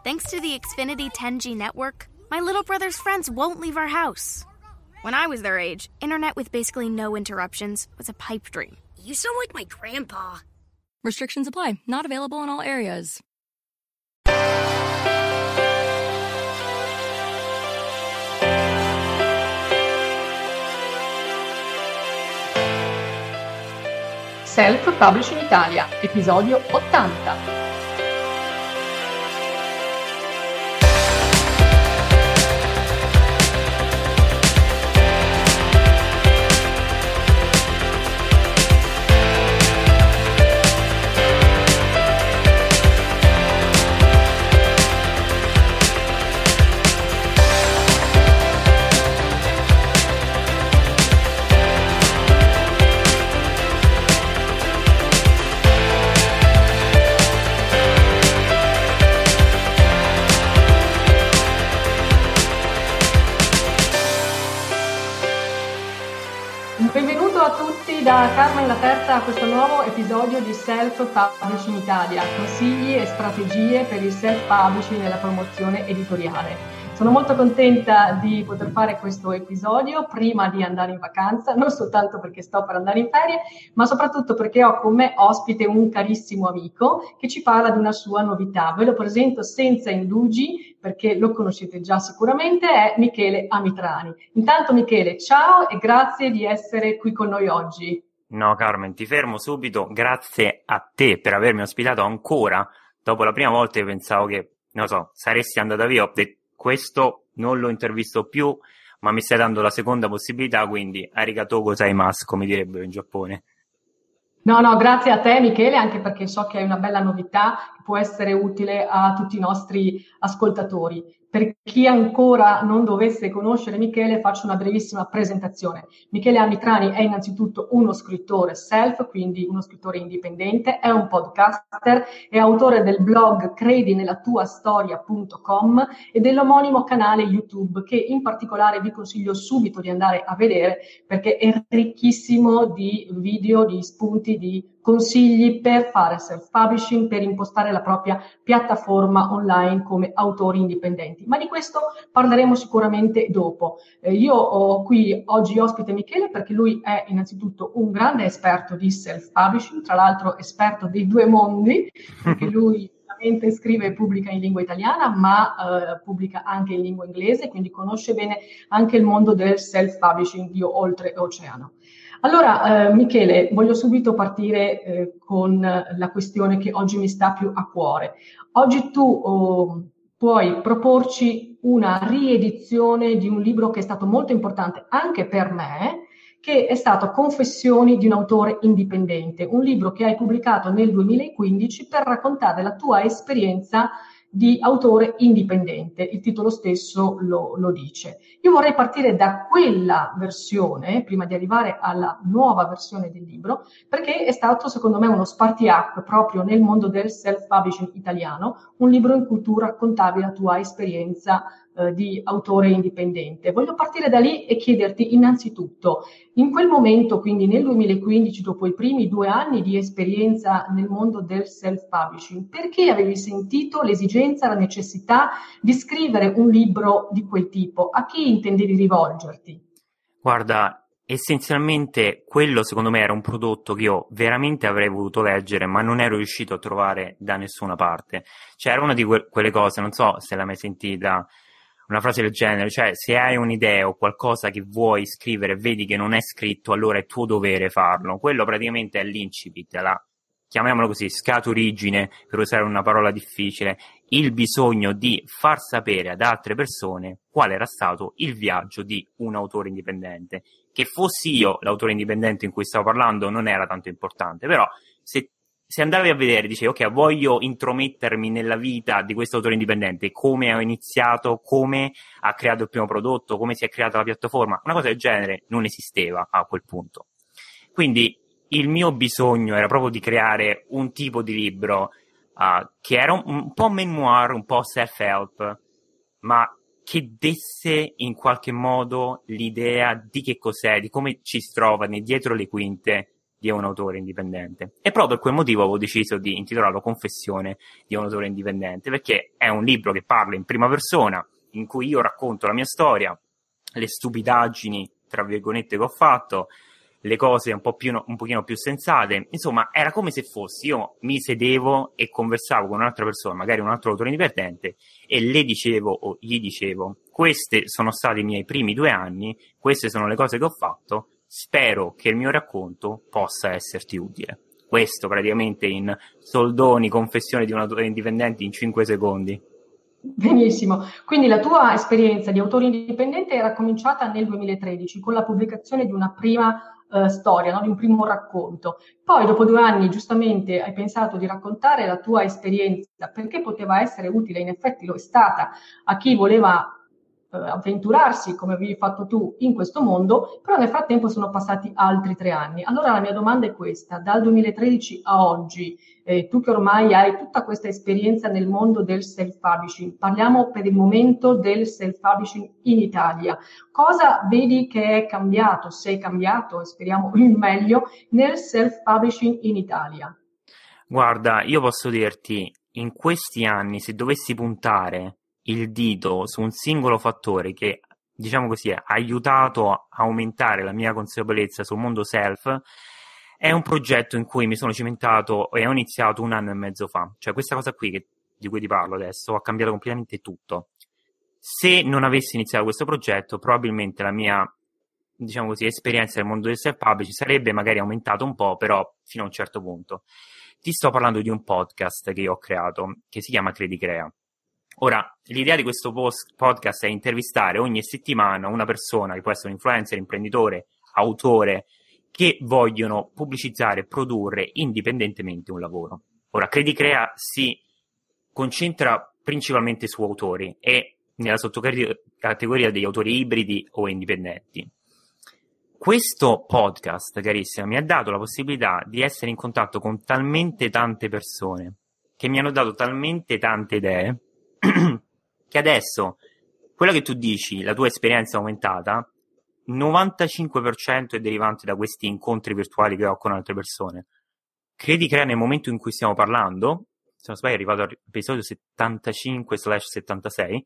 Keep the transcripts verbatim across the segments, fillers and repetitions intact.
Thanks to the Xfinity ten G network, my little brother's friends won't leave our house. When I was their age, internet with basically no interruptions was a pipe dream. You sound like my grandpa. Restrictions apply. Not available in all areas. Self-Publishing Italia, episodio ottanta. Benvenuto a tutti da Carmen La Terza a questo nuovo episodio di Self-Publishing Italia, consigli e strategie per il self-publishing e la promozione editoriale. Sono molto contenta di poter fare questo episodio prima di andare in vacanza, non soltanto perché sto per andare in ferie, ma soprattutto perché ho con me ospite un carissimo amico che ci parla di una sua novità. Ve lo presento senza indugi, perché lo conoscete già sicuramente, è Michele Amitrani. Intanto Michele, ciao e grazie di essere qui con noi oggi. No Carmen, ti fermo subito, grazie a te per avermi ospitato ancora. Dopo la prima volta io pensavo che, non so, saresti andata via, ho detto questo non lo intervisto più, ma mi stai dando la seconda possibilità, quindi arigatou gozaimasu, come direbbero in Giappone. No, no, grazie a te Michele, anche perché so che hai una bella novità che può essere utile a tutti i nostri ascoltatori. Per chi ancora non dovesse conoscere Michele, faccio una brevissima presentazione. Michele Amitrani è innanzitutto uno scrittore self, quindi uno scrittore indipendente, è un podcaster, è autore del blog credi nella tua storia punto com e dell'omonimo canale YouTube, che in particolare vi consiglio subito di andare a vedere perché è ricchissimo di video, di spunti, di consigli per fare self-publishing, per impostare la propria piattaforma online come autori indipendenti. Ma di questo parleremo sicuramente dopo. Eh, io ho qui oggi ospite Michele perché lui è innanzitutto un grande esperto di self-publishing, tra l'altro esperto dei due mondi, perché lui scrive e pubblica in lingua italiana, ma eh, pubblica anche in lingua inglese, quindi conosce bene anche il mondo del self-publishing di oltre oceano. Allora, eh, Michele, voglio subito partire eh, con la questione che oggi mi sta più a cuore. Oggi tu oh, puoi proporci una riedizione di un libro che è stato molto importante anche per me, che è stato Confessioni di un autore indipendente, un libro che hai pubblicato nel duemilaquindici per raccontare la tua esperienza di autore indipendente. Il titolo stesso lo, lo dice. Io vorrei partire da quella versione, prima di arrivare alla nuova versione del libro, perché è stato secondo me uno spartiacque proprio nel mondo del self-publishing italiano, un libro in cui tu raccontavi la tua esperienza eh, di autore indipendente. Voglio partire da lì e chiederti innanzitutto, in quel momento, quindi nel duemilaquindici, dopo i primi due anni di esperienza nel mondo del self-publishing, perché avevi sentito l'esigenza, la necessità di scrivere un libro di quel tipo? A chi intendevi rivolgerti? Guarda, essenzialmente quello secondo me era un prodotto che io veramente avrei voluto leggere, ma non ero riuscito a trovare da nessuna parte. Cioè era una di que- quelle cose, non so se l'hai mai sentita, una frase del genere, cioè se hai un'idea o qualcosa che vuoi scrivere e vedi che non è scritto, allora è tuo dovere farlo. Quello praticamente è l'incipit, la, chiamiamolo così, scaturigine, per usare una parola difficile, il bisogno di far sapere ad altre persone qual era stato il viaggio di un autore indipendente. Che fossi io l'autore indipendente in cui stavo parlando non era tanto importante, però se se andavi a vedere, dicevi, ok, voglio intromettermi nella vita di questo autore indipendente, come ho iniziato, come ha creato il primo prodotto, come si è creata la piattaforma, una cosa del genere non esisteva a quel punto. Quindi il mio bisogno era proprio di creare un tipo di libro uh, che era un, un po' memoir, un po' self-help, ma che desse in qualche modo l'idea di che cos'è, di come ci si trova dietro le quinte di un autore indipendente. E proprio per quel motivo avevo deciso di intitolarlo Confessione di un autore indipendente, perché è un libro che parla in prima persona, in cui io racconto la mia storia, le stupidaggini, tra virgolette, che ho fatto, le cose un po' più, un pochino più sensate. Insomma, era come se fossi io mi sedevo e conversavo con un'altra persona, magari un altro autore indipendente, e le dicevo o gli dicevo: questi sono stati i miei primi due anni, queste sono le cose che ho fatto, spero che il mio racconto possa esserti utile. Questo praticamente in soldoni, confessione di un autore indipendente in cinque secondi. Benissimo, quindi la tua esperienza di autore indipendente era cominciata nel duemilatredici con la pubblicazione di una prima uh, storia, no? Di un primo racconto. Poi dopo due anni giustamente hai pensato di raccontare la tua esperienza perché poteva essere utile, in effetti lo è stata, a chi voleva uh, avventurarsi come avevi fatto tu in questo mondo, però nel frattempo sono passati altri tre anni. Allora la mia domanda è questa: dal duemilatredici a oggi, Eh, tu che ormai hai tutta questa esperienza nel mondo del self-publishing, parliamo per il momento del self-publishing in Italia, cosa vedi che è cambiato, se è cambiato, e speriamo il meglio, nel self-publishing in Italia? Guarda, io posso dirti, in questi anni, se dovessi puntare il dito su un singolo fattore che, diciamo così, ha aiutato a aumentare la mia consapevolezza sul mondo self, è un progetto in cui mi sono cimentato e ho iniziato un anno e mezzo fa. Cioè questa cosa qui che, di cui ti parlo adesso ha cambiato completamente tutto. Se non avessi iniziato questo progetto, probabilmente la mia, diciamo così, esperienza nel mondo del self-publishing sarebbe magari aumentata un po', però fino a un certo punto. Ti sto parlando di un podcast che io ho creato, che si chiama Credi Crea. Ora, l'idea di questo post- podcast è intervistare ogni settimana una persona, che può essere un influencer, imprenditore, autore, che vogliono pubblicizzare e produrre indipendentemente un lavoro. Ora, Credi Crea si concentra principalmente su autori e nella sottocategoria degli autori ibridi o indipendenti. Questo podcast, carissima, mi ha dato la possibilità di essere in contatto con talmente tante persone, che mi hanno dato talmente tante idee, che adesso, quello che tu dici, la tua esperienza aumentata, novantacinque per cento è derivante da questi incontri virtuali che ho con altre persone. Credi Crea, nel momento in cui stiamo parlando, se non sbaglio è arrivato all'episodio settantacinque settantasei,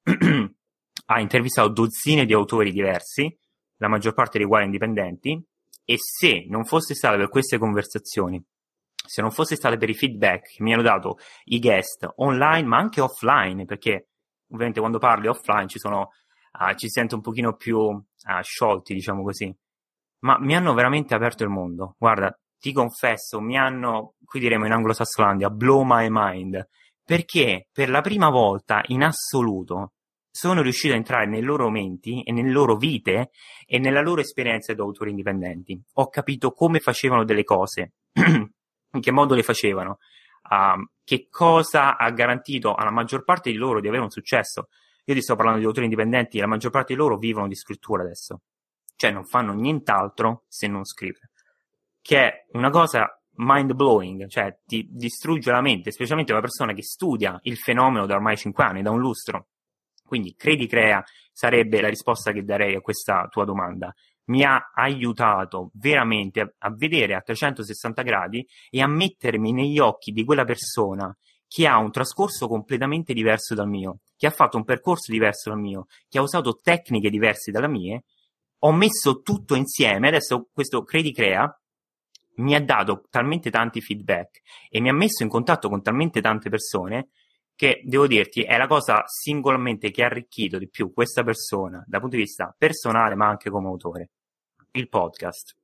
ha intervistato dozzine di autori diversi, la maggior parte dei quali indipendenti, e se non fosse stato per queste conversazioni, se non fosse stato per i feedback che mi hanno dato i guest online ma anche offline, perché ovviamente quando parli offline ci sono Uh, ci sento un pochino più uh, sciolti, diciamo così, ma mi hanno veramente aperto il mondo. Guarda, ti confesso, mi hanno, qui diremo in Anglo-Sassolandia, blow my mind, perché per la prima volta in assoluto sono riuscito a entrare nei loro menti e nelle loro vite e nella loro esperienza da autori indipendenti. Ho capito come facevano delle cose, in che modo le facevano, uh, che cosa ha garantito alla maggior parte di loro di avere un successo. Io ti sto parlando di autori indipendenti, la maggior parte di loro vivono di scrittura adesso. Cioè non fanno nient'altro se non scrivere. Che è una cosa mind blowing, cioè ti distrugge la mente, specialmente una persona che studia il fenomeno da ormai cinque anni, da un lustro. Quindi Credi Crea sarebbe la risposta che darei a questa tua domanda. Mi ha aiutato veramente a, a vedere a trecentosessanta gradi e a mettermi negli occhi di quella persona che ha un trascorso completamente diverso dal mio, che ha fatto un percorso diverso dal mio, che ha usato tecniche diverse dalle mie. Ho messo tutto insieme, adesso questo Credi Crea mi ha dato talmente tanti feedback e mi ha messo in contatto con talmente tante persone che, devo dirti, è la cosa singolarmente che ha arricchito di più questa persona dal punto di vista personale ma anche come autore, il podcast.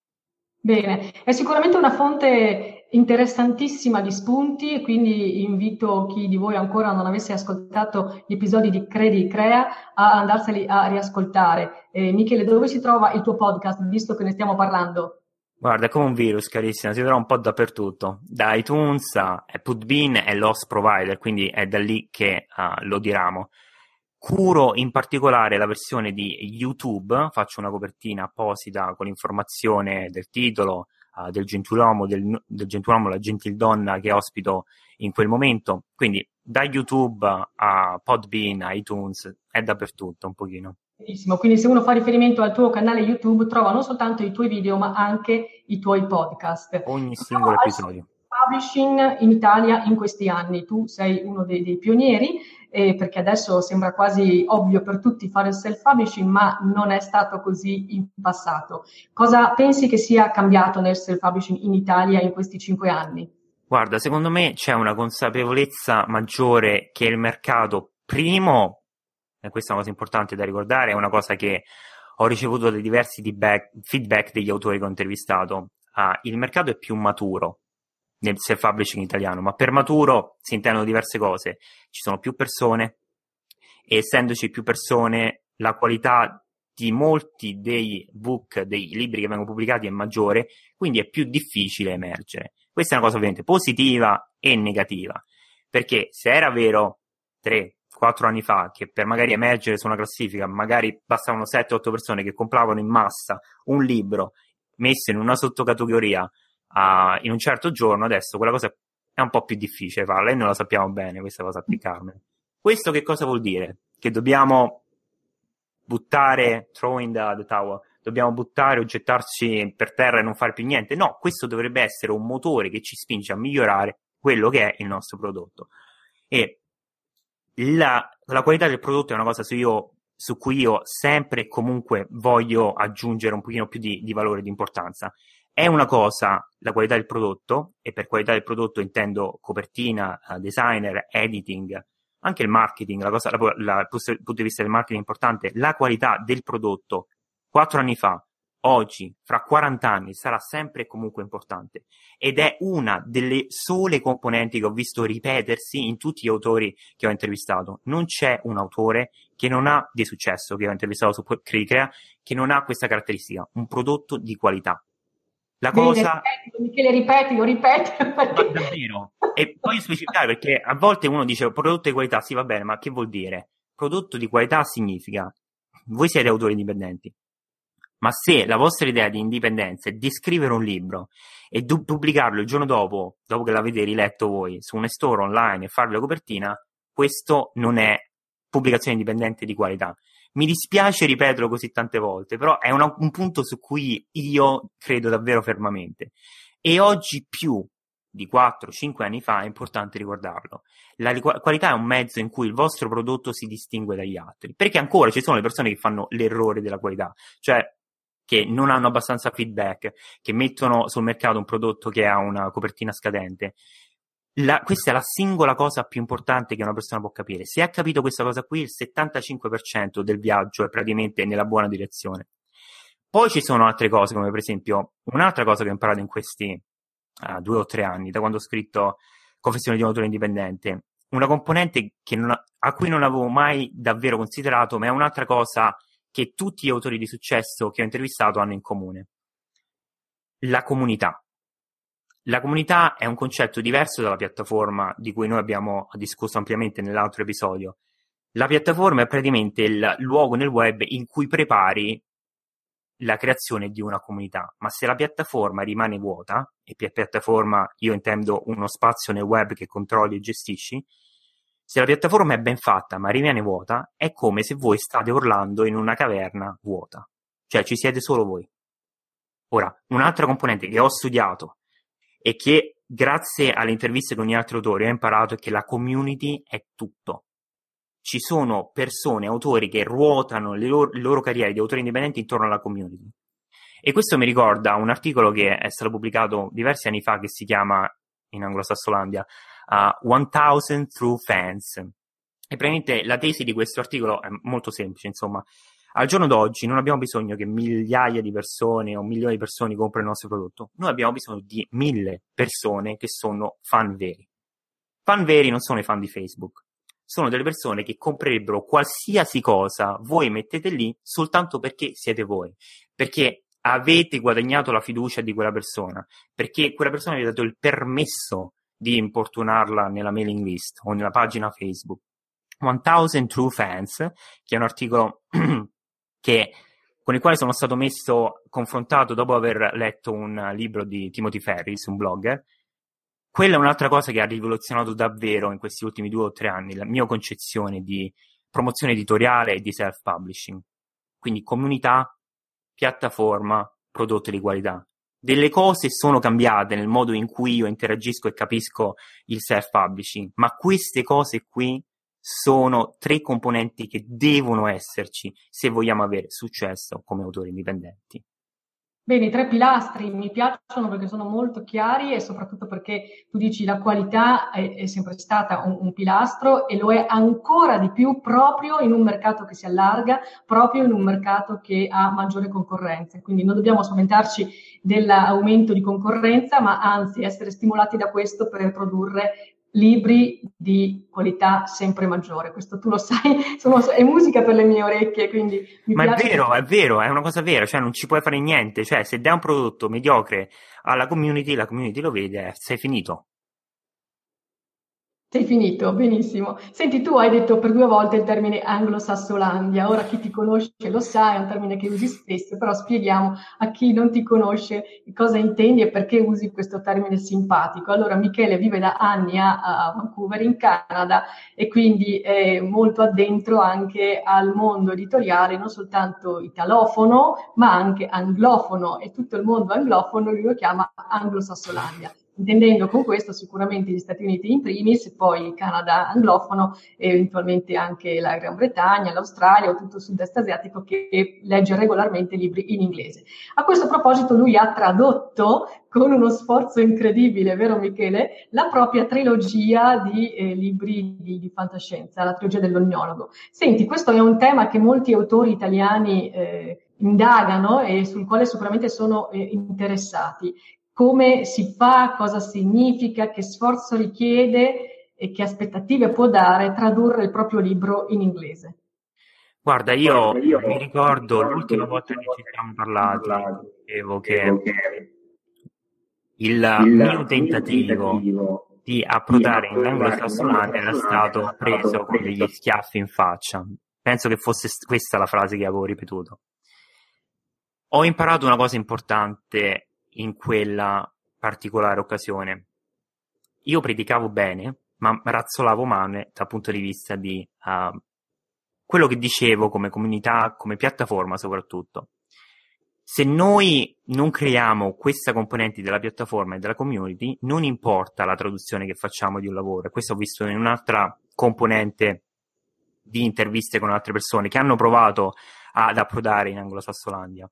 Bene, è sicuramente una fonte interessantissima di spunti e quindi invito chi di voi ancora non avesse ascoltato gli episodi di Credi Crea a andarseli a riascoltare. Eh, Michele, dove si trova il tuo podcast, visto che ne stiamo parlando? Guarda, è come un virus, carissima, si trova un po' dappertutto, da iTunes a Podbean e l'host provider, quindi è da lì che uh, lo diramo. Curo in particolare la versione di YouTube, faccio una copertina apposita con l'informazione del titolo, uh, del gentiluomo, del, del gentiluomo, la gentildonna che ospito in quel momento, quindi da YouTube a Podbean, a iTunes, è dappertutto un pochino. Benissimo, quindi se uno fa riferimento al tuo canale YouTube trova non soltanto i tuoi video ma anche i tuoi podcast. Ogni singolo episodio. Publishing in Italia in questi anni, tu sei uno dei, dei pionieri, eh, perché adesso sembra quasi ovvio per tutti fare il self-publishing, ma non è stato così in passato. Cosa pensi che sia cambiato nel self-publishing in Italia in questi cinque anni? Guarda, secondo me c'è una consapevolezza maggiore che il mercato, primo, e questa è una cosa importante da ricordare, è una cosa che ho ricevuto dai diversi feedback degli autori che ho intervistato, ah, il mercato è più maturo nel self-publishing italiano, ma per maturo si intendono diverse cose. Ci sono più persone e essendoci più persone la qualità di molti dei book, dei libri che vengono pubblicati è maggiore, quindi è più difficile emergere. Questa è una cosa ovviamente positiva e negativa, perché se era vero tre quattro anni fa che per magari emergere su una classifica magari bastavano sette otto persone che compravano in massa un libro messo in una sottocategoria Uh, in un certo giorno, adesso quella cosa è un po' più difficile farla e noi la sappiamo bene questa cosa qui, Carmen. Questo che cosa vuol dire? Che dobbiamo buttare, throw in the, the tower, dobbiamo buttare o gettarci per terra e non fare più niente? No, questo dovrebbe essere un motore che ci spinge a migliorare quello che è il nostro prodotto. E la, la qualità del prodotto è una cosa su, io, su cui io sempre e comunque voglio aggiungere un pochino più di, di valore, di importanza. È una cosa la qualità del prodotto, e per qualità del prodotto intendo copertina, designer, editing, anche il marketing, la cosa, la, la, dal punto di vista del marketing è importante, la qualità del prodotto quattro anni fa, oggi, fra quaranta anni, sarà sempre e comunque importante, ed è una delle sole componenti che ho visto ripetersi in tutti gli autori che ho intervistato. Non c'è un autore che non ha di successo, che ho intervistato su Cricrea, che non ha questa caratteristica, un prodotto di qualità. La cosa... Ripeti, Michele, ripeti, lo ripeti. Perché... davvero. E voglio specificare perché a volte uno dice prodotto di qualità, sì va bene, ma che vuol dire? Prodotto di qualità significa, voi siete autori indipendenti, ma se la vostra idea di indipendenza è di scrivere un libro e du- pubblicarlo il giorno dopo, dopo che l'avete riletto voi, su un store online e farvi la copertina, questo non è pubblicazione indipendente di qualità. Mi dispiace ripeterlo così tante volte, però è una, un punto su cui io credo davvero fermamente. E oggi più di quattro cinque anni fa è importante ricordarlo. La li- qualità è un mezzo in cui il vostro prodotto si distingue dagli altri. Perché ancora ci sono le persone che fanno l'errore della qualità, cioè che non hanno abbastanza feedback, che mettono sul mercato un prodotto che ha una copertina scadente. La, questa è la singola cosa più importante che una persona può capire. Se ha capito questa cosa qui, il settantacinque per cento del viaggio è praticamente nella buona direzione. Poi ci sono altre cose, come per esempio un'altra cosa che ho imparato in questi uh, due o tre anni, da quando ho scritto Confessioni di un autore indipendente, una componente che non ha, a cui non avevo mai davvero considerato, ma è un'altra cosa che tutti gli autori di successo che ho intervistato hanno in comune: la comunità. La comunità è un concetto diverso dalla piattaforma di cui noi abbiamo discusso ampiamente nell'altro episodio. La piattaforma è praticamente il luogo nel web in cui prepari la creazione di una comunità, ma se la piattaforma rimane vuota, e per piattaforma io intendo uno spazio nel web che controlli e gestisci, se la piattaforma è ben fatta ma rimane vuota, è come se voi state urlando in una caverna vuota, cioè ci siete solo voi. Ora, un'altra componente che ho studiato e che grazie alle interviste con gli altri autori ho imparato è che la community è tutto. Ci sono persone, autori che ruotano le loro, le loro carriere di autori indipendenti intorno alla community. E questo mi ricorda un articolo che è stato pubblicato diversi anni fa che si chiama, in Anglo-Sassolandia, uh, one thousand True Fans. E praticamente la tesi di questo articolo è molto semplice, insomma. Al giorno d'oggi non abbiamo bisogno che migliaia di persone o milioni di persone comprino il nostro prodotto. Noi abbiamo bisogno di mille persone che sono fan veri. Fan veri non sono i fan di Facebook. Sono delle persone che comprerebbero qualsiasi cosa voi mettete lì soltanto perché siete voi. Perché avete guadagnato la fiducia di quella persona. Perché quella persona vi ha dato il permesso di importunarla nella mailing list o nella pagina Facebook. one thousand True Fans, che è un articolo... che, con il quale sono stato messo confrontato dopo aver letto un libro di Timothy Ferris, un blogger. Quella è un'altra cosa che ha rivoluzionato davvero in questi ultimi due o tre anni la mia concezione di promozione editoriale e di self-publishing. Quindi comunità, piattaforma, prodotto di qualità. Delle cose sono cambiate nel modo in cui io interagisco e capisco il self-publishing, ma queste cose qui sono tre componenti che devono esserci se vogliamo avere successo come autori indipendenti. Bene, i tre pilastri mi piacciono perché sono molto chiari e soprattutto perché tu dici la qualità è, è sempre stata un, un pilastro e lo è ancora di più proprio in un mercato che si allarga, proprio in un mercato che ha maggiore concorrenza. Quindi non dobbiamo spaventarci dell'aumento di concorrenza, ma anzi essere stimolati da questo per produrre libri di qualità sempre maggiore. Questo tu lo sai, sono, è musica per le mie orecchie, quindi mi Ma piace. è vero, è vero, è una cosa vera, cioè non ci puoi fare niente, cioè se dai un prodotto mediocre alla community, la community lo vede, sei finito. Sei finito, benissimo. Senti, tu hai detto per due volte il termine Anglo-Sassolandia, ora chi ti conosce lo sa, è un termine che usi spesso, però spieghiamo a chi non ti conosce cosa intendi e perché usi questo termine simpatico. Allora, Michele vive da anni a, a Vancouver, in Canada, e quindi è molto addentro anche al mondo editoriale, non soltanto italofono, ma anche anglofono, e tutto il mondo anglofono lui lo chiama Anglo-Sassolandia, intendendo con questo sicuramente gli Stati Uniti in primis, poi il Canada anglofono e eventualmente anche la Gran Bretagna, l'Australia o tutto il sud-est asiatico che legge regolarmente libri in inglese. A questo proposito lui ha tradotto con uno sforzo incredibile, vero Michele, la propria trilogia di eh, libri di, di fantascienza, la trilogia dell'ognologo. Senti, questo è un tema che molti autori italiani eh, indagano e sul quale sicuramente sono eh, interessati. Come si fa, cosa significa, che sforzo richiede e che aspettative può dare tradurre il proprio libro in inglese? Guarda, io, Guarda, io mi ricordo l'ultima volta che ci siamo parlati, dicevo che il, il mio tentativo, tentativo di approdare in anglo-sassonale era stato preso con degli schiaffi in faccia. Penso che fosse questa la frase che avevo ripetuto. Ho imparato una cosa importante in quella particolare occasione. Io predicavo bene, ma razzolavo male dal punto di vista di uh, quello che dicevo come comunità, come piattaforma soprattutto. Se noi non creiamo questa componente della piattaforma e della community, non importa la traduzione che facciamo di un lavoro. Questo ho visto in un'altra componente di interviste con altre persone che hanno provato ad approdare in Anglo-Sassolandia.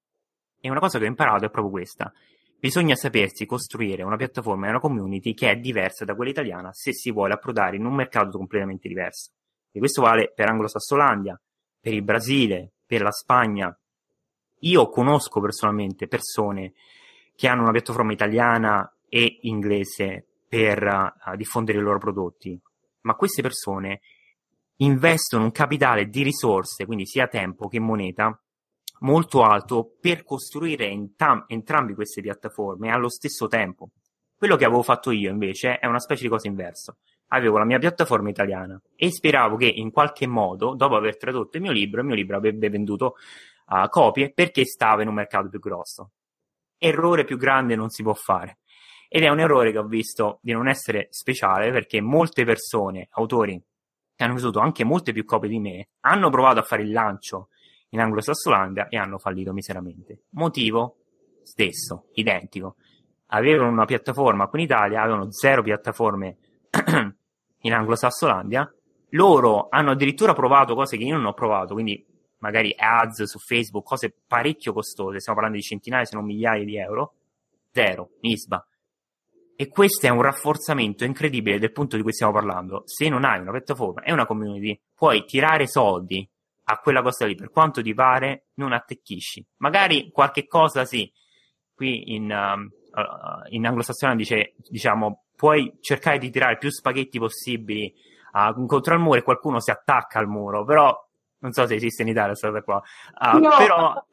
E una cosa che ho imparato è proprio questa. Bisogna sapersi costruire una piattaforma e una community che è diversa da quella italiana se si vuole approdare in un mercato completamente diverso. E questo vale per Anglo-Sassolandia, per il Brasile, per la Spagna. Io conosco personalmente persone che hanno una piattaforma italiana e inglese per uh, diffondere i loro prodotti, ma queste persone investono un capitale di risorse, quindi sia tempo che moneta, molto alto per costruire entam- entrambi queste piattaforme allo stesso tempo. Quello che avevo fatto io invece è una specie di cosa inversa. Avevo la mia piattaforma italiana e speravo che in qualche modo, dopo aver tradotto il mio libro, il mio libro avrebbe venduto uh, copie perché stava in un mercato più grosso. Errore più grande non si può fare. Ed è un errore che ho visto di non essere speciale perché molte persone, autori, che hanno venduto anche molte più copie di me, hanno provato a fare il lancio in Anglo-Sassolandia e hanno fallito miseramente. Motivo stesso, identico. Avevano una piattaforma qui in Italia, avevano zero piattaforme in Anglo-Sassolandia. Loro hanno addirittura provato cose che io non ho provato, quindi magari ads su Facebook, cose parecchio costose, stiamo parlando di centinaia se non migliaia di euro. Zero, nisba. E questo è un rafforzamento incredibile del punto di cui stiamo parlando. Se non hai una piattaforma e una community, puoi tirare soldi a quella cosa lì per quanto ti pare, non attecchisci. Magari qualche cosa sì. Qui in, um, uh, in anglosassone dice, diciamo, puoi cercare di tirare più spaghetti possibili uh, contro il muro e qualcuno si attacca al muro, però non so se esiste in Italia questa cosa qua. Uh, no. Però...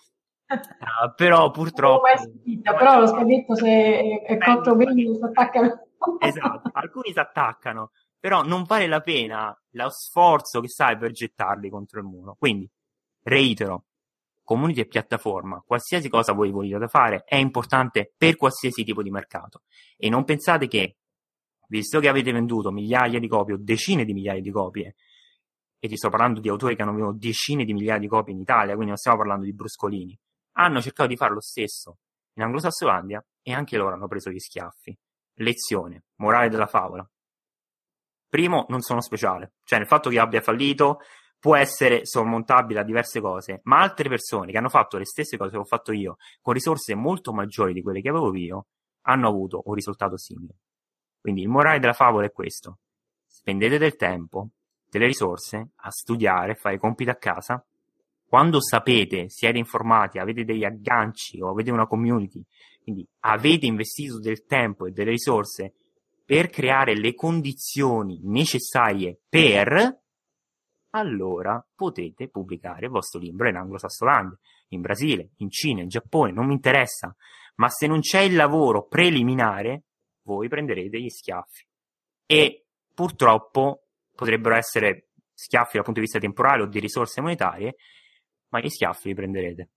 Uh, però purtroppo non l'ho mai sentita, però lo spaghetto se è cotto bene non si attacca. Esatto, alcuni si attaccano, però non vale la pena lo sforzo che sai per gettarli contro il muro. Quindi reitero, community e piattaforma, qualsiasi cosa voi vogliate fare è importante per qualsiasi tipo di mercato, e non pensate che, visto che avete venduto migliaia di copie o decine di migliaia di copie e ti sto parlando di autori che hanno venduto decine di migliaia di copie in Italia, quindi non stiamo parlando di bruscolini, hanno cercato di fare lo stesso in Anglo-Sassolandia e anche loro hanno preso gli schiaffi. Lezione, morale della favola. Primo, non sono speciale, cioè nel fatto che abbia fallito può essere sormontabile a diverse cose, ma altre persone che hanno fatto le stesse cose che ho fatto io, con risorse molto maggiori di quelle che avevo io, hanno avuto un risultato simile. Quindi il morale della favola è questo: spendete del tempo, delle risorse a studiare, fare i compiti a casa. Quando sapete, siete informati, avete degli agganci o avete una community, quindi avete investito del tempo e delle risorse per creare le condizioni necessarie per, allora potete pubblicare il vostro libro in Anglo-Sassolandia, in Brasile, in Cina, in Giappone, non mi interessa. Ma se non c'è il lavoro preliminare, voi prenderete gli schiaffi. E purtroppo potrebbero essere schiaffi dal punto di vista temporale o di risorse monetarie, ma gli schiaffi li prenderete.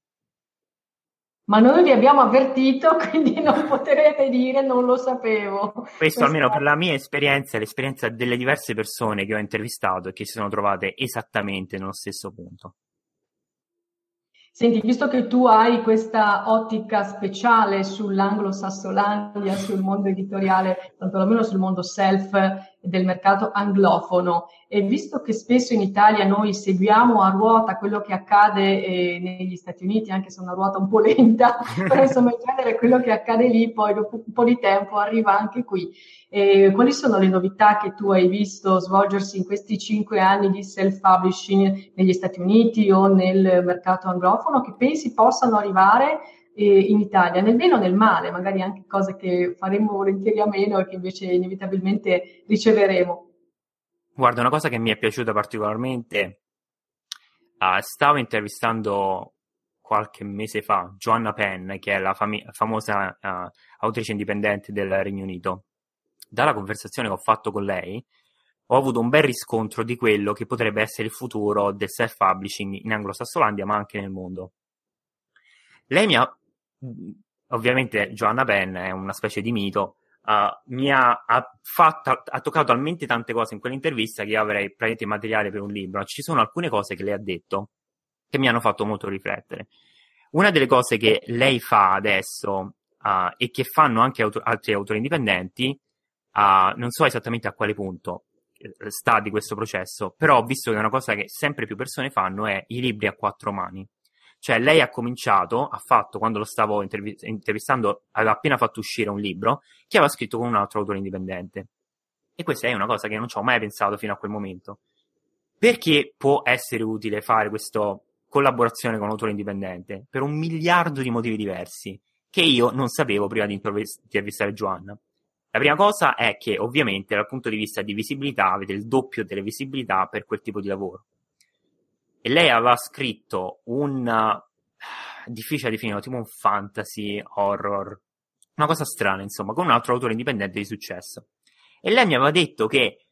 Ma noi vi abbiamo avvertito, quindi non potrete dire non lo sapevo. Questo, Questo almeno per la mia esperienza e l'esperienza delle diverse persone che ho intervistato e che si sono trovate esattamente nello stesso punto. Senti, visto che tu hai questa ottica speciale sull'Anglo-Sassolandia, sul mondo editoriale, perlomeno sul mondo self del mercato anglofono, e visto che spesso in Italia noi seguiamo a ruota quello che accade eh, negli Stati Uniti, anche se è una ruota un po' lenta, però insomma in genere quello che accade lì poi dopo un po' di tempo arriva anche qui. E quali sono le novità che tu hai visto svolgersi in questi cinque anni di self-publishing negli Stati Uniti o nel mercato anglofono che pensi possano arrivare eh, in Italia, nel bene o nel male, magari anche cose che faremmo volentieri a meno e che invece inevitabilmente riceveremo? Guarda, una cosa che mi è piaciuta particolarmente, uh, stavo intervistando qualche mese fa Joanna Penn, che è la fami- famosa uh, autrice indipendente del Regno Unito. Dalla conversazione che ho fatto con lei ho avuto un bel riscontro di quello che potrebbe essere il futuro del self-publishing in Anglo-Sassolandia, ma anche nel mondo. Lei mi ha, ovviamente Joanna Penn è una specie di mito, uh, mi ha, ha, fatto, ha toccato talmente tante cose in quell'intervista che io avrei praticamente materiale per un libro. Ci sono alcune cose che lei ha detto che mi hanno fatto molto riflettere. Una delle cose che lei fa adesso uh, e che fanno anche auto- altri autori indipendenti, Uh, non so esattamente a quale punto sta di questo processo, però ho visto che una cosa che sempre più persone fanno è i libri a quattro mani. Cioè lei ha cominciato, ha fatto, quando lo stavo intervi- intervistando, aveva appena fatto uscire un libro che aveva scritto con un altro autore indipendente. E questa è una cosa che non ci ho mai pensato fino a quel momento. Perché può essere utile fare questa collaborazione con un autore indipendente? Per un miliardo di motivi diversi che io non sapevo prima di intervistare Joanna. La prima cosa è che ovviamente dal punto di vista di visibilità avete il doppio delle visibilità per quel tipo di lavoro. E lei aveva scritto un uh, difficile da definire, tipo un fantasy horror, una cosa strana insomma, con un altro autore indipendente di successo. E lei mi aveva detto che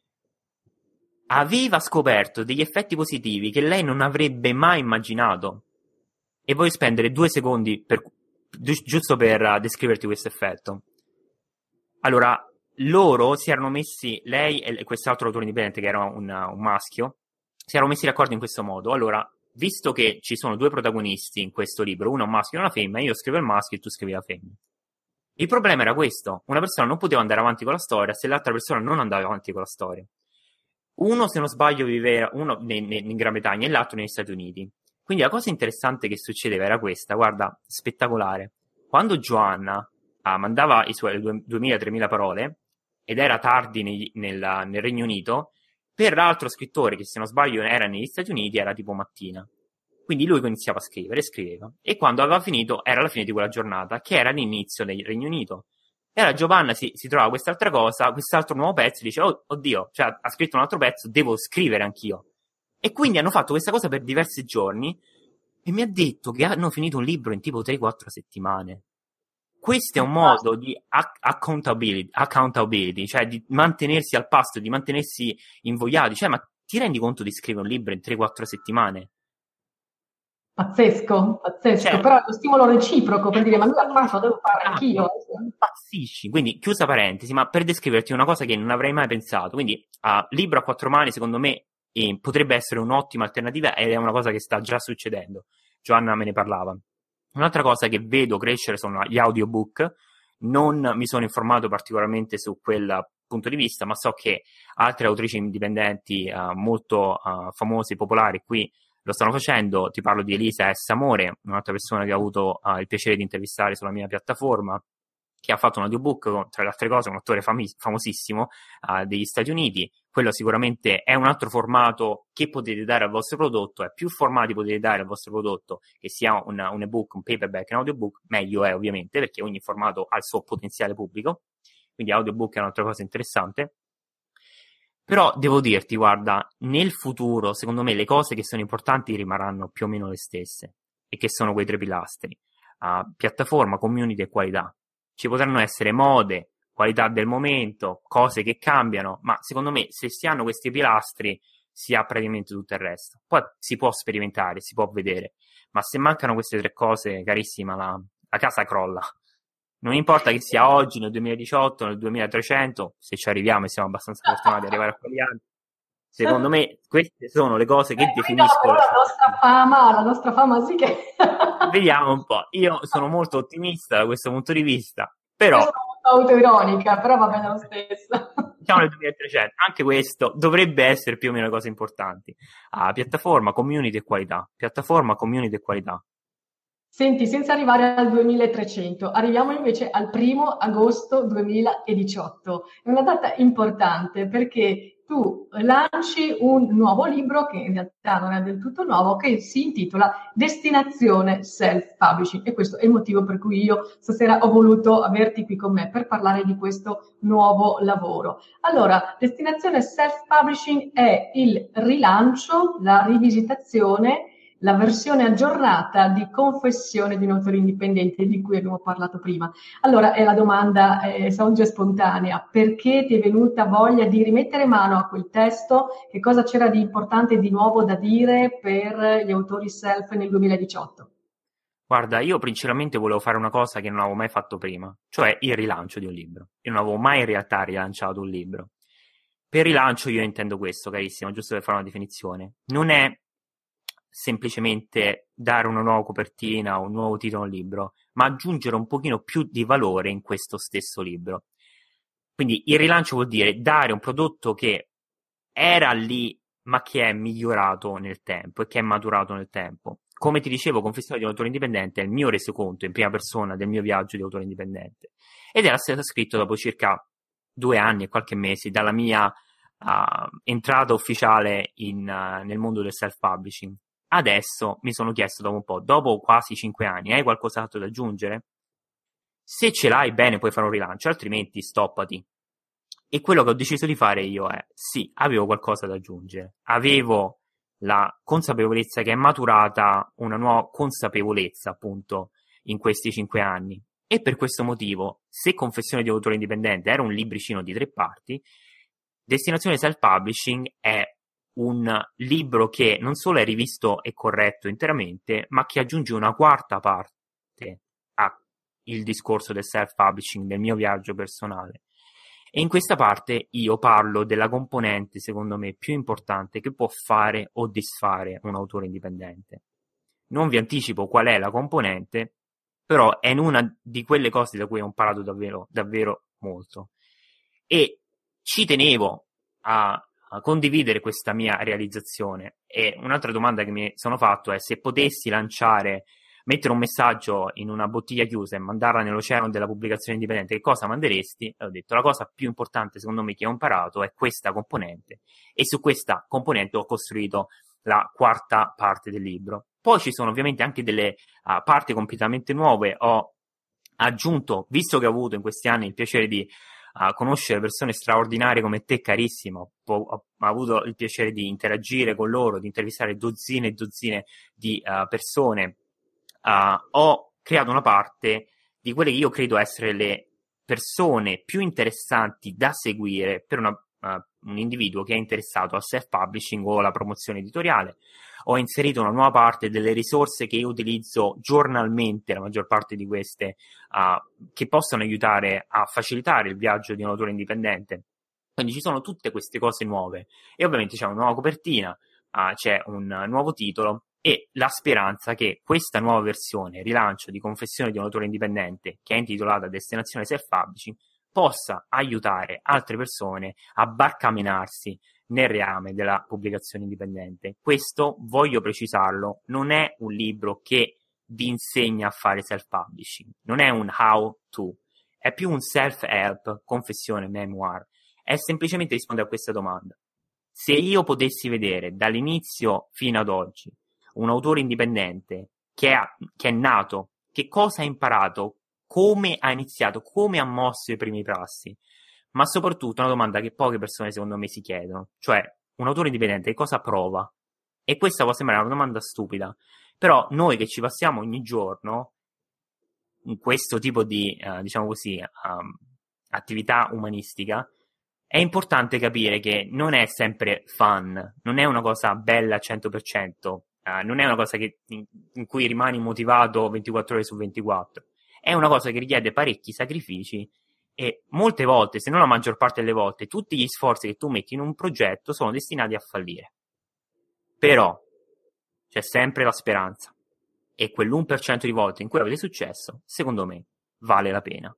aveva scoperto degli effetti positivi che lei non avrebbe mai immaginato. E voglio spendere due secondi per, giusto per uh, descriverti questo effetto. Allora, loro si erano messi, lei e quest'altro autore indipendente che era un, un maschio, si erano messi d'accordo in questo modo. Allora, visto che ci sono due protagonisti in questo libro, uno è un maschio e una femmina, io scrivo il maschio e tu scrivi la femmina. Il problema era questo: una persona non poteva andare avanti con la storia se l'altra persona non andava avanti con la storia. Uno, se non sbaglio, viveva uno in, in Gran Bretagna e l'altro negli Stati Uniti. Quindi la cosa interessante che succedeva era questa, guarda, spettacolare. Quando Joanna Ah, mandava i suoi duemila tremila parole ed era tardi nei, nel, nel Regno Unito, per l'altro scrittore che se non sbaglio era negli Stati Uniti era tipo mattina, quindi lui iniziava a scrivere, scriveva e quando aveva finito era la fine di quella giornata che era l'inizio del Regno Unito. E allora Giovanna si, si trova quest'altra cosa, quest'altro nuovo pezzo e dice oh, oddio, cioè ha scritto un altro pezzo, devo scrivere anch'io. E quindi hanno fatto questa cosa per diversi giorni e mi ha detto che hanno finito un libro in tipo tre quattro settimane. Questo è un modo di accountability, accountability, cioè di mantenersi al passo, di mantenersi invogliati. Cioè, ma ti rendi conto di scrivere un libro in tre quattro settimane? Pazzesco, pazzesco. Cioè, però è lo stimolo reciproco per dire, ma lui ha fatto, devo fare anch'io. Pazzisci. Quindi, chiusa parentesi, ma per descriverti una cosa che non avrei mai pensato. Quindi, uh, libro a quattro mani, secondo me, e potrebbe essere un'ottima alternativa ed è una cosa che sta già succedendo. Giovanna me ne parlava. Un'altra cosa che vedo crescere sono gli audiobook. Non mi sono informato particolarmente su quel punto di vista, ma so che altre autrici indipendenti uh, molto uh, famose e popolari qui lo stanno facendo. Ti parlo di Elisa S. Amore, un'altra persona che ho avuto uh, il piacere di intervistare sulla mia piattaforma, che ha fatto un audiobook con, tra le altre cose, un attore fami- famosissimo uh, degli Stati Uniti. Quello sicuramente è un altro formato che potete dare al vostro prodotto, e più formati potete dare al vostro prodotto, che sia un, un ebook, un paperback, un audiobook, meglio è ovviamente, perché ogni formato ha il suo potenziale pubblico. Quindi audiobook è un'altra cosa interessante. Però devo dirti, guarda, nel futuro, secondo me, le cose che sono importanti rimarranno più o meno le stesse, e che sono quei tre pilastri: uh, piattaforma, community e qualità. Ci potranno essere mode, qualità del momento, cose che cambiano, ma secondo me se si hanno questi pilastri si ha praticamente tutto il resto. Poi si può sperimentare, si può vedere, ma se mancano queste tre cose, carissima, la, la casa crolla. Non importa che sia oggi, nel duemiladiciotto, nel duemilatrecento, se ci arriviamo e siamo abbastanza fortunati ad arrivare a quegli anni, secondo me queste sono le cose che eh, definiscono no, la nostra fama, la nostra fama sì che... Vediamo un po'. Io sono molto ottimista da questo punto di vista, però... Io sono molto autoironica, però va bene lo stesso. Diciamo nel duemilatrecento, anche questo dovrebbe essere più o meno le cose importanti. Ah, piattaforma, community e qualità. Piattaforma, community e qualità. Senti, senza arrivare al duemilatrecento, arriviamo invece al primo agosto duemiladiciotto. È una data importante perché tu lanci un nuovo libro, che in realtà non è del tutto nuovo, che si intitola Destinazione Self-Publishing, e questo è il motivo per cui io stasera ho voluto averti qui con me per parlare di questo nuovo lavoro. Allora, Destinazione Self-Publishing è il rilancio, la rivisitazione, la versione aggiornata di Confessione di un autore indipendente, di cui abbiamo parlato prima. Allora, è la domanda eh, sorge spontanea: perché ti è venuta voglia di rimettere mano a quel testo? Che cosa c'era di importante e di nuovo da dire per gli autori self nel duemiladiciotto? Guarda, io principalmente volevo fare una cosa che non avevo mai fatto prima, cioè il rilancio di un libro. Io non avevo mai in realtà rilanciato un libro. Per rilancio io intendo questo, carissimo, giusto per fare una definizione. Non è semplicemente dare una nuova copertina o un nuovo titolo al libro, ma aggiungere un pochino più di valore in questo stesso libro. Quindi il rilancio vuol dire dare un prodotto che era lì ma che è migliorato nel tempo e che è maturato nel tempo. Come ti dicevo, Confessione di un autore indipendente è il mio resoconto in prima persona del mio viaggio di autore indipendente, ed era stato scritto dopo circa due anni e qualche mesi dalla mia uh, entrata ufficiale in, uh, nel mondo del self-publishing. Adesso mi sono chiesto dopo un po', dopo quasi cinque anni, hai qualcos'altro da aggiungere? Se ce l'hai, bene, puoi fare un rilancio, altrimenti stoppati. E quello che ho deciso di fare io è, sì, avevo qualcosa da aggiungere. Avevo la consapevolezza che è maturata una nuova consapevolezza, appunto, in questi cinque anni. E per questo motivo, se Confessione di autore indipendente era un libricino di tre parti, Destinazione Self-Publishing è un libro che non solo è rivisto e corretto interamente, ma che aggiunge una quarta parte al discorso del self-publishing, del mio viaggio personale. E in questa parte io parlo della componente, secondo me, più importante che può fare o disfare un autore indipendente. Non vi anticipo qual è la componente, però è una di quelle cose da cui ho imparato davvero, davvero molto. E ci tenevo a a condividere questa mia realizzazione. E un'altra domanda che mi sono fatto è: se potessi lanciare, mettere un messaggio in una bottiglia chiusa e mandarla nell'oceano della pubblicazione indipendente, che cosa manderesti? E ho detto, la cosa più importante secondo me che ho imparato è questa componente, e su questa componente ho costruito la quarta parte del libro. Poi ci sono ovviamente anche delle uh, parti completamente nuove. Ho aggiunto, visto che ho avuto in questi anni il piacere di a conoscere persone straordinarie come te, carissimo, ho, ho avuto il piacere di interagire con loro, di intervistare dozzine e dozzine di uh, persone, uh, ho creato una parte di quelle che io credo essere le persone più interessanti da seguire per una, uh, un individuo che è interessato al self-publishing o alla promozione editoriale. Ho inserito una nuova parte delle risorse che io utilizzo giornalmente, la maggior parte di queste, uh, che possono aiutare a facilitare il viaggio di un autore indipendente, Quindi ci sono tutte queste cose nuove e ovviamente c'è una nuova copertina, uh, c'è un nuovo titolo e la speranza che questa nuova versione, rilancio di Confessione di un autore indipendente, che è intitolata Destinazione Self-Publishing, possa aiutare altre persone a barcamenarsi nel reame della pubblicazione indipendente. Questo, voglio precisarlo, non è un libro che vi insegna a fare self-publishing, non è un how to, è più un self-help, confessione, memoir, è semplicemente rispondere a questa domanda. Se io potessi vedere dall'inizio fino ad oggi un autore indipendente che, ha, che è nato, che cosa ha imparato, come ha iniziato, come ha mosso i primi passi, ma soprattutto una domanda che poche persone secondo me si chiedono, cioè un autore indipendente che cosa prova? E questa può sembrare una domanda stupida, però noi che ci passiamo ogni giorno in questo tipo di, uh, diciamo così, um, attività umanistica, è importante capire che non è sempre fun, non è una cosa bella al cento per cento, uh, non è una cosa che, in, in cui rimani motivato ventiquattro ore su ventiquattro, è una cosa che richiede parecchi sacrifici e molte volte, se non la maggior parte delle volte, tutti gli sforzi che tu metti in un progetto sono destinati a fallire. Però c'è sempre la speranza e quell'uno per cento di volte in cui avete successo, secondo me, vale la pena.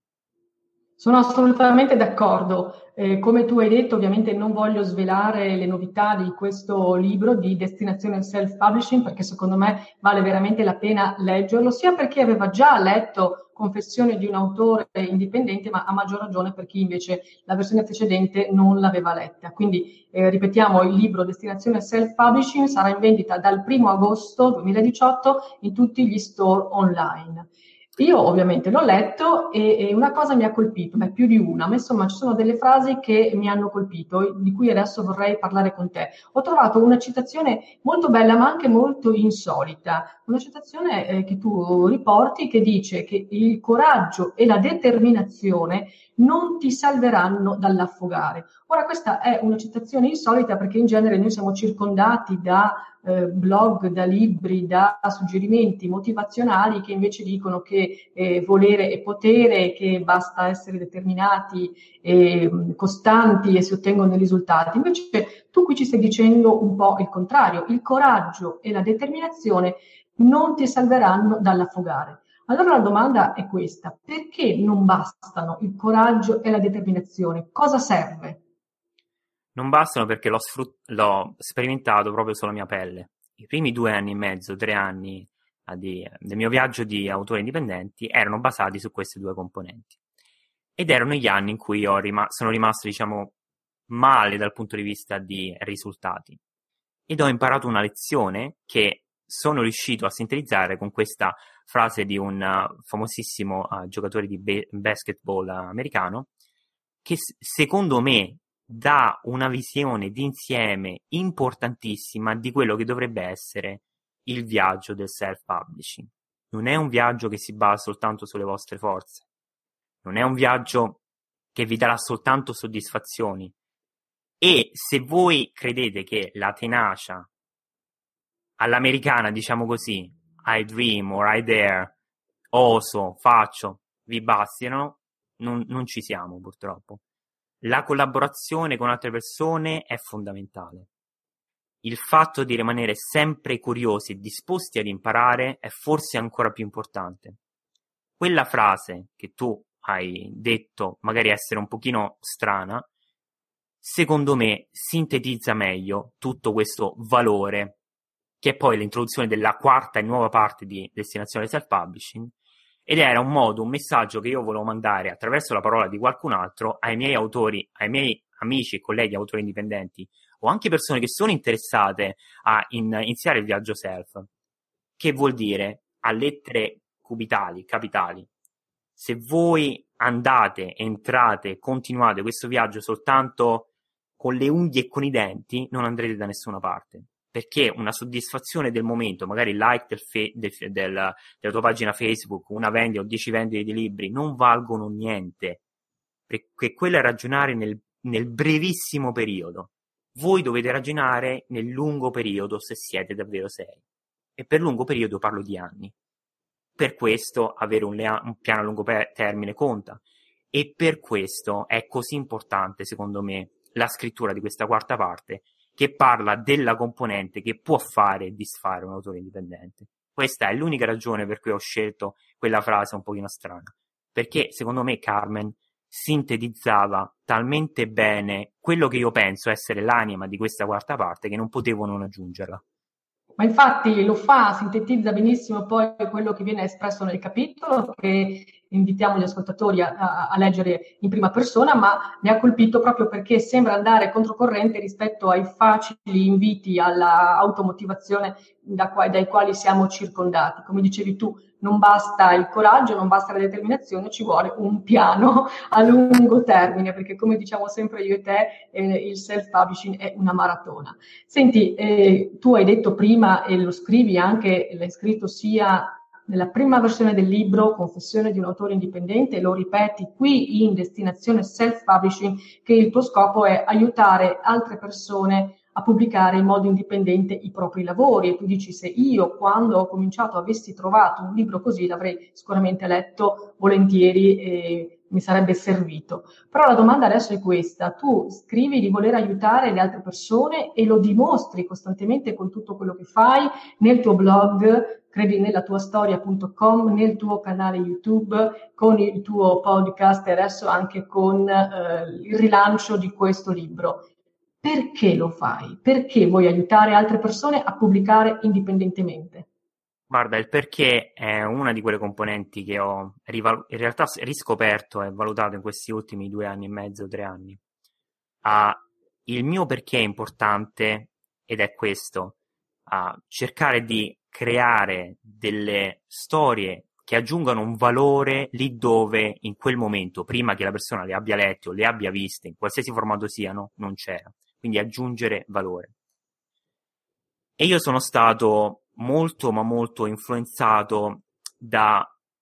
Sono assolutamente d'accordo. Eh, come tu hai detto, ovviamente non voglio svelare le novità di questo libro di Destinazione Self-Publishing, perché secondo me vale veramente la pena leggerlo, sia per chi aveva già letto Confessione di un autore indipendente, ma a maggior ragione per chi invece la versione precedente non l'aveva letta. Quindi eh, ripetiamo, il libro Destinazione Self-Publishing sarà in vendita dal primo agosto duemiladiciotto in tutti gli store online. Io ovviamente l'ho letto e, e una cosa mi ha colpito, beh, più di una, ma insomma ci sono delle frasi che mi hanno colpito, di cui adesso vorrei parlare con te. Ho trovato una citazione molto bella ma anche molto insolita, una citazione eh, che tu riporti che dice che il coraggio e la determinazione non ti salveranno dall'affogare. Ora questa è una citazione insolita perché in genere noi siamo circondati da eh, blog, da libri, da suggerimenti motivazionali che invece dicono che eh, volere è potere, che basta essere determinati e costanti e si ottengono i risultati. Invece tu qui ci stai dicendo un po' il contrario, il coraggio e la determinazione non ti salveranno dall'affogare. Allora la domanda è questa: perché non bastano il coraggio e la determinazione? Cosa serve? Non bastano perché l'ho, sfrut- l'ho sperimentato proprio sulla mia pelle. I primi due anni e mezzo, tre anni uh, di, del mio viaggio di autori indipendenti erano basati su queste due componenti. Ed erano gli anni in cui io rima- sono rimasto, diciamo, male dal punto di vista di risultati. Ed ho imparato una lezione che sono riuscito a sintetizzare con questa frase di un uh, famosissimo uh, giocatore di be- basketball uh, americano, che s- secondo me dà una visione d'insieme importantissima di quello che dovrebbe essere il viaggio del self-publishing. Non è un viaggio che si basa soltanto sulle vostre forze, non è un viaggio che vi darà soltanto soddisfazioni, e se voi credete che la tenacia all'americana, diciamo così, I dream or I dare, oso, faccio, vi bastino, non, non ci siamo purtroppo. La collaborazione con altre persone è fondamentale. Il fatto di rimanere sempre curiosi e disposti ad imparare è forse ancora più importante. Quella frase che tu hai detto, magari essere un pochino strana, secondo me sintetizza meglio tutto questo valore, che è poi l'introduzione della quarta e nuova parte di Destinazione Self-Publishing, ed era un modo, un messaggio che io volevo mandare attraverso la parola di qualcun altro ai miei autori, ai miei amici e colleghi autori indipendenti, o anche persone che sono interessate a in, iniziare il viaggio self, che vuol dire a lettere cubitali, capitali. Se voi andate, entrate, continuate questo viaggio soltanto con le unghie e con i denti, non andrete da nessuna parte. Perché una soddisfazione del momento, magari il like del fe- del, del, della tua pagina Facebook, una vendita o dieci vendite di libri, non valgono niente. Perché quello è ragionare nel, nel brevissimo periodo. Voi dovete ragionare nel lungo periodo se siete davvero seri. E per lungo periodo parlo di anni. Per questo avere un, lea- un piano a lungo pe- termine conta. E per questo è così importante, secondo me, la scrittura di questa quarta parte, che parla della componente che può fare e disfare un autore indipendente. Questa è l'unica ragione per cui ho scelto quella frase un pochino strana, perché secondo me Carmen sintetizzava talmente bene quello che io penso essere l'anima di questa quarta parte che non potevo non aggiungerla. Ma infatti lo fa, sintetizza benissimo poi quello che viene espresso nel capitolo, che invitiamo gli ascoltatori a, a, a leggere in prima persona, ma mi ha colpito proprio perché sembra andare controcorrente rispetto ai facili inviti alla automotivazione da qua, dai quali siamo circondati. Come dicevi tu, non basta il coraggio, non basta la determinazione, ci vuole un piano a lungo termine, perché come diciamo sempre io e te, eh, il self-publishing è una maratona. Senti, eh, tu hai detto prima, e lo scrivi anche, l'hai scritto sia nella prima versione del libro, Confessione di un autore indipendente, e lo ripeti qui in Destinazione Self-Publishing, che il tuo scopo è aiutare altre persone a pubblicare in modo indipendente i propri lavori. E tu dici, se io quando ho cominciato avessi trovato un libro così l'avrei sicuramente letto volentieri e mi sarebbe servito. Però la domanda adesso è questa: tu scrivi di voler aiutare le altre persone e lo dimostri costantemente con tutto quello che fai nel tuo blog credi nella tua storia punto com, nel tuo canale YouTube, con il tuo podcast e adesso anche con eh, il rilancio di questo libro. Perché lo fai? Perché vuoi aiutare altre persone a pubblicare indipendentemente? Guarda, il perché è una di quelle componenti che ho rival- in realtà riscoperto e valutato in questi ultimi due anni e mezzo, tre anni. Uh, il mio perché è importante ed è questo, uh, cercare di creare delle storie che aggiungano un valore lì dove in quel momento, prima che la persona le abbia lette o le abbia viste, in qualsiasi formato siano, non c'era. Quindi aggiungere valore. E io sono stato molto ma molto influenzato da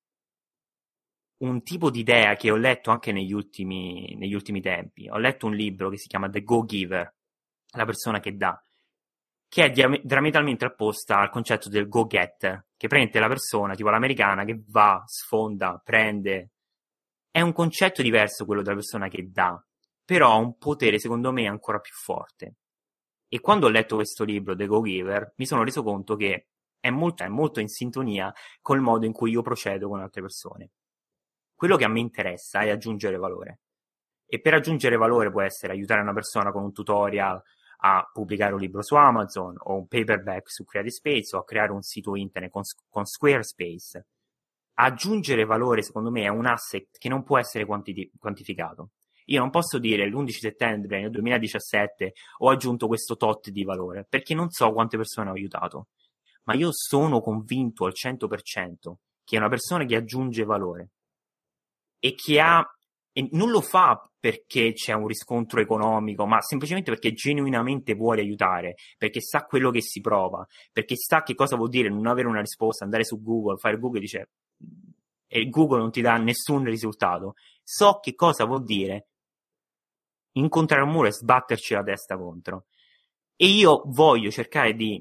un tipo di idea che ho letto anche negli ultimi, negli ultimi tempi. Ho letto un libro che si chiama The Go-Giver, la persona che dà, che è diametralmente opposta al concetto del go-getter, che prende la persona, tipo l'americana, che va, sfonda, prende. È un concetto diverso quello della persona che dà, però ha un potere, secondo me, ancora più forte. E quando ho letto questo libro, The Go-Giver, mi sono reso conto che è molto, è molto in sintonia col modo in cui io procedo con altre persone. Quello che a me interessa è aggiungere valore. E per aggiungere valore può essere aiutare una persona con un tutorial a pubblicare un libro su Amazon, o un paperback su Creative Space, o a creare un sito internet con, con Squarespace. Aggiungere valore, secondo me, è un asset che non può essere quanti- quantificato. Io non posso dire l'undici settembre nel duemiladiciassette ho aggiunto questo tot di valore, perché non so quante persone ho aiutato. Ma io sono convinto al cento per cento che è una persona che aggiunge valore e che ha, e non lo fa perché c'è un riscontro economico, ma semplicemente perché genuinamente vuole aiutare, perché sa quello che si prova, perché sa che cosa vuol dire non avere una risposta, andare su Google, fare Google e dice e Google non ti dà nessun risultato. So che cosa vuol dire incontrare un muro e sbatterci la testa contro. E io voglio cercare di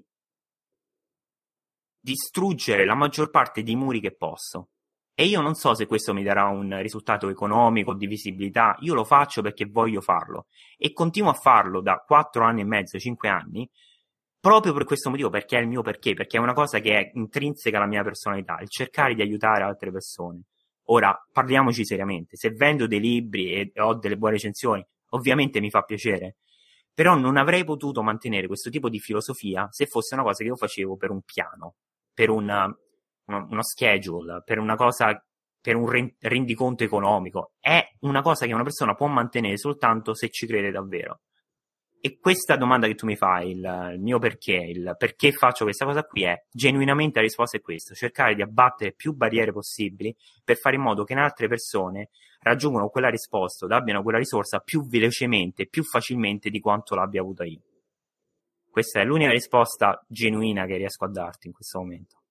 distruggere la maggior parte dei muri che posso. E io non so se questo mi darà un risultato economico, di visibilità. Io lo faccio perché voglio farlo. E continuo a farlo da quattro anni e mezzo, cinque anni, proprio per questo motivo, perché è il mio perché, perché è una cosa che è intrinseca alla mia personalità, il cercare di aiutare altre persone. Ora, parliamoci seriamente. Se vendo dei libri e ho delle buone recensioni, ovviamente mi fa piacere, però non avrei potuto mantenere questo tipo di filosofia se fosse una cosa che io facevo per un piano, per una, uno, uno schedule, per una cosa, per un rendiconto economico. È una cosa che una persona può mantenere soltanto se ci crede davvero. E questa domanda che tu mi fai, il, il mio perché, il perché faccio questa cosa qui, è genuinamente la risposta è questa: cercare di abbattere più barriere possibili per fare in modo che altre persone raggiungano quella risposta, abbiano quella risorsa più velocemente, più facilmente di quanto l'abbia avuta io. Questa è l'unica risposta genuina che riesco a darti in questo momento. Ci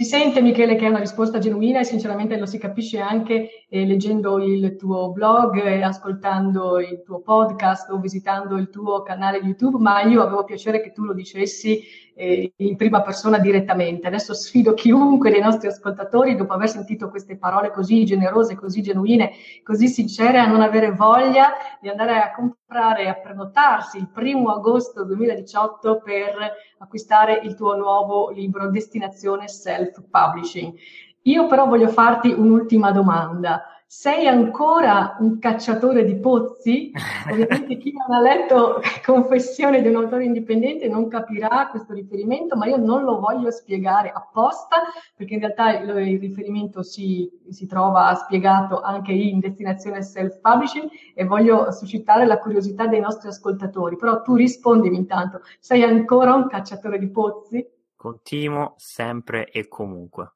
Si sente, Michele, che è una risposta genuina e sinceramente lo si capisce anche eh, leggendo il tuo blog, eh, ascoltando il tuo podcast o visitando il tuo canale YouTube, ma io avevo piacere che tu lo dicessi eh, in prima persona direttamente. Adesso sfido chiunque dei nostri ascoltatori, dopo aver sentito queste parole così generose, così genuine, così sincere, a non avere voglia di andare a comprare, a prenotarsi il primo agosto duemiladiciotto per acquistare il tuo nuovo libro Destinazione Self-Publishing. Io però voglio farti un'ultima domanda. Sei ancora un cacciatore di pozzi? Ovviamente chi non ha letto Confessione di un autore indipendente non capirà questo riferimento, ma io non lo voglio spiegare apposta, perché in realtà il, il riferimento si, si trova spiegato anche in Destinazione Self-Publishing e voglio suscitare la curiosità dei nostri ascoltatori. Però tu rispondimi intanto, sei ancora un cacciatore di pozzi? Continuo sempre e comunque.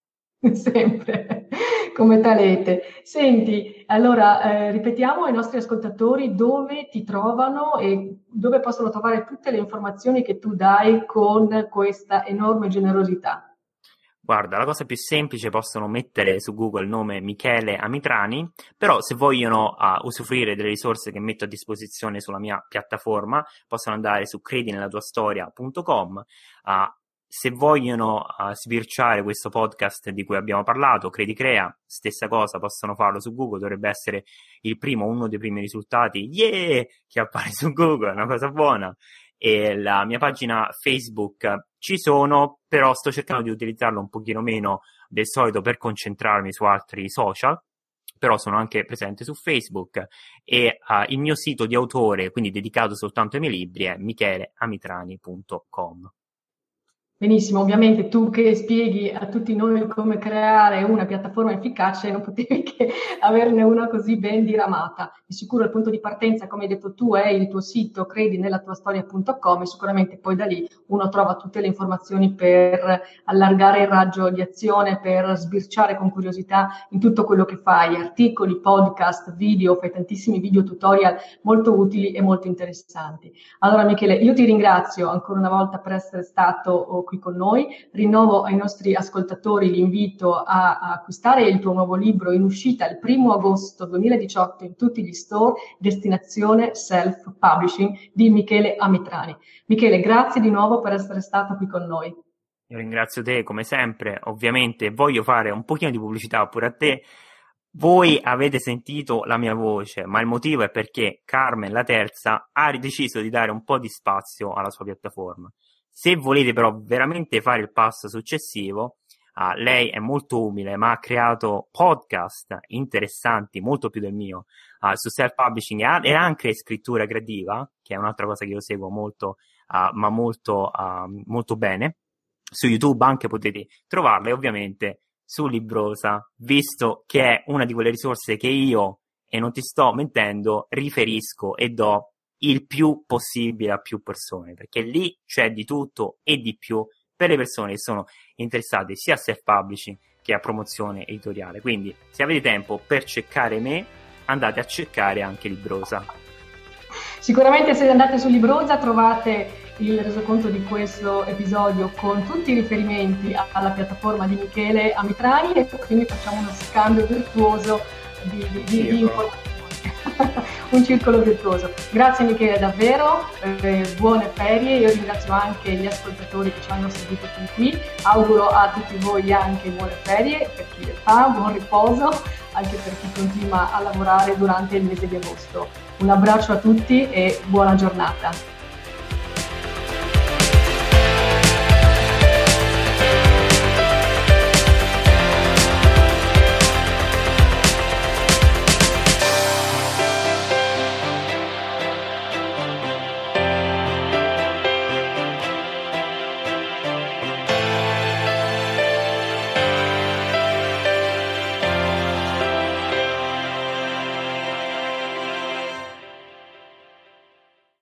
Sempre, come talete. Senti, allora eh, ripetiamo ai nostri ascoltatori dove ti trovano e dove possono trovare tutte le informazioni che tu dai con questa enorme generosità. Guarda, la cosa più semplice, possono mettere su Google il nome Michele Amitrani, però se vogliono uh, usufruire delle risorse che metto a disposizione sulla mia piattaforma, possono andare su credi nella tua storia punto com. Uh, Se vogliono uh, sbirciare questo podcast di cui abbiamo parlato, Credi Crea, stessa cosa, possono farlo su Google, dovrebbe essere il primo, uno dei primi risultati, yeah, che appare su Google, è una cosa buona. E la mia pagina Facebook ci sono, però sto cercando di utilizzarlo un pochino meno del solito per concentrarmi su altri social, però sono anche presente su Facebook, e uh, il mio sito di autore, quindi dedicato soltanto ai miei libri, è michele amitrani punto com. Benissimo, ovviamente tu che spieghi a tutti noi come creare una piattaforma efficace non potevi che averne una così ben diramata. Di sicuro il punto di partenza, come hai detto tu, è il tuo sito credi nella tua storia punto com e sicuramente poi da lì uno trova tutte le informazioni per allargare il raggio di azione, per sbirciare con curiosità in tutto quello che fai, articoli, podcast, video, fai tantissimi video tutorial molto utili e molto interessanti. Allora Michele, io ti ringrazio ancora una volta per essere stato qui con noi, rinnovo ai nostri ascoltatori l'invito a, a acquistare il tuo nuovo libro in uscita il primo agosto duemiladiciotto in tutti gli store, Destinazione Self-Publishing di Michele Amitrani. Michele, grazie di nuovo per essere stato qui con noi. Io ringrazio te come sempre, ovviamente voglio fare un pochino di pubblicità pure a te. Voi avete sentito la mia voce, ma il motivo è perché Carmen la terza ha deciso di dare un po' di spazio alla sua piattaforma. Se volete però veramente fare il passo successivo, uh, lei è molto umile, ma ha creato podcast interessanti, molto più del mio, uh, su self-publishing e anche scrittura creativa, che è un'altra cosa che io seguo molto, uh, ma molto, uh, molto bene. Su YouTube anche potete trovarla e ovviamente su Librosa, visto che è una di quelle risorse che io, e non ti sto mentendo, riferisco e do il più possibile a più persone, perché lì c'è di tutto e di più per le persone che sono interessate sia a self-publishing che a promozione editoriale. Quindi se avete tempo per cercare me, andate a cercare anche Librosa. Sicuramente se andate su Librosa trovate il resoconto di questo episodio con tutti i riferimenti alla piattaforma di Michele Amitrani e quindi facciamo uno scambio virtuoso di, di, di, di informazioni. Un circolo virtuoso. Grazie Michele davvero, eh, buone ferie. Io ringrazio anche gli ascoltatori che ci hanno seguito fin qui, auguro a tutti voi anche buone ferie per chi le fa, buon riposo anche per chi continua a lavorare durante il mese di agosto. Un abbraccio a tutti e buona giornata.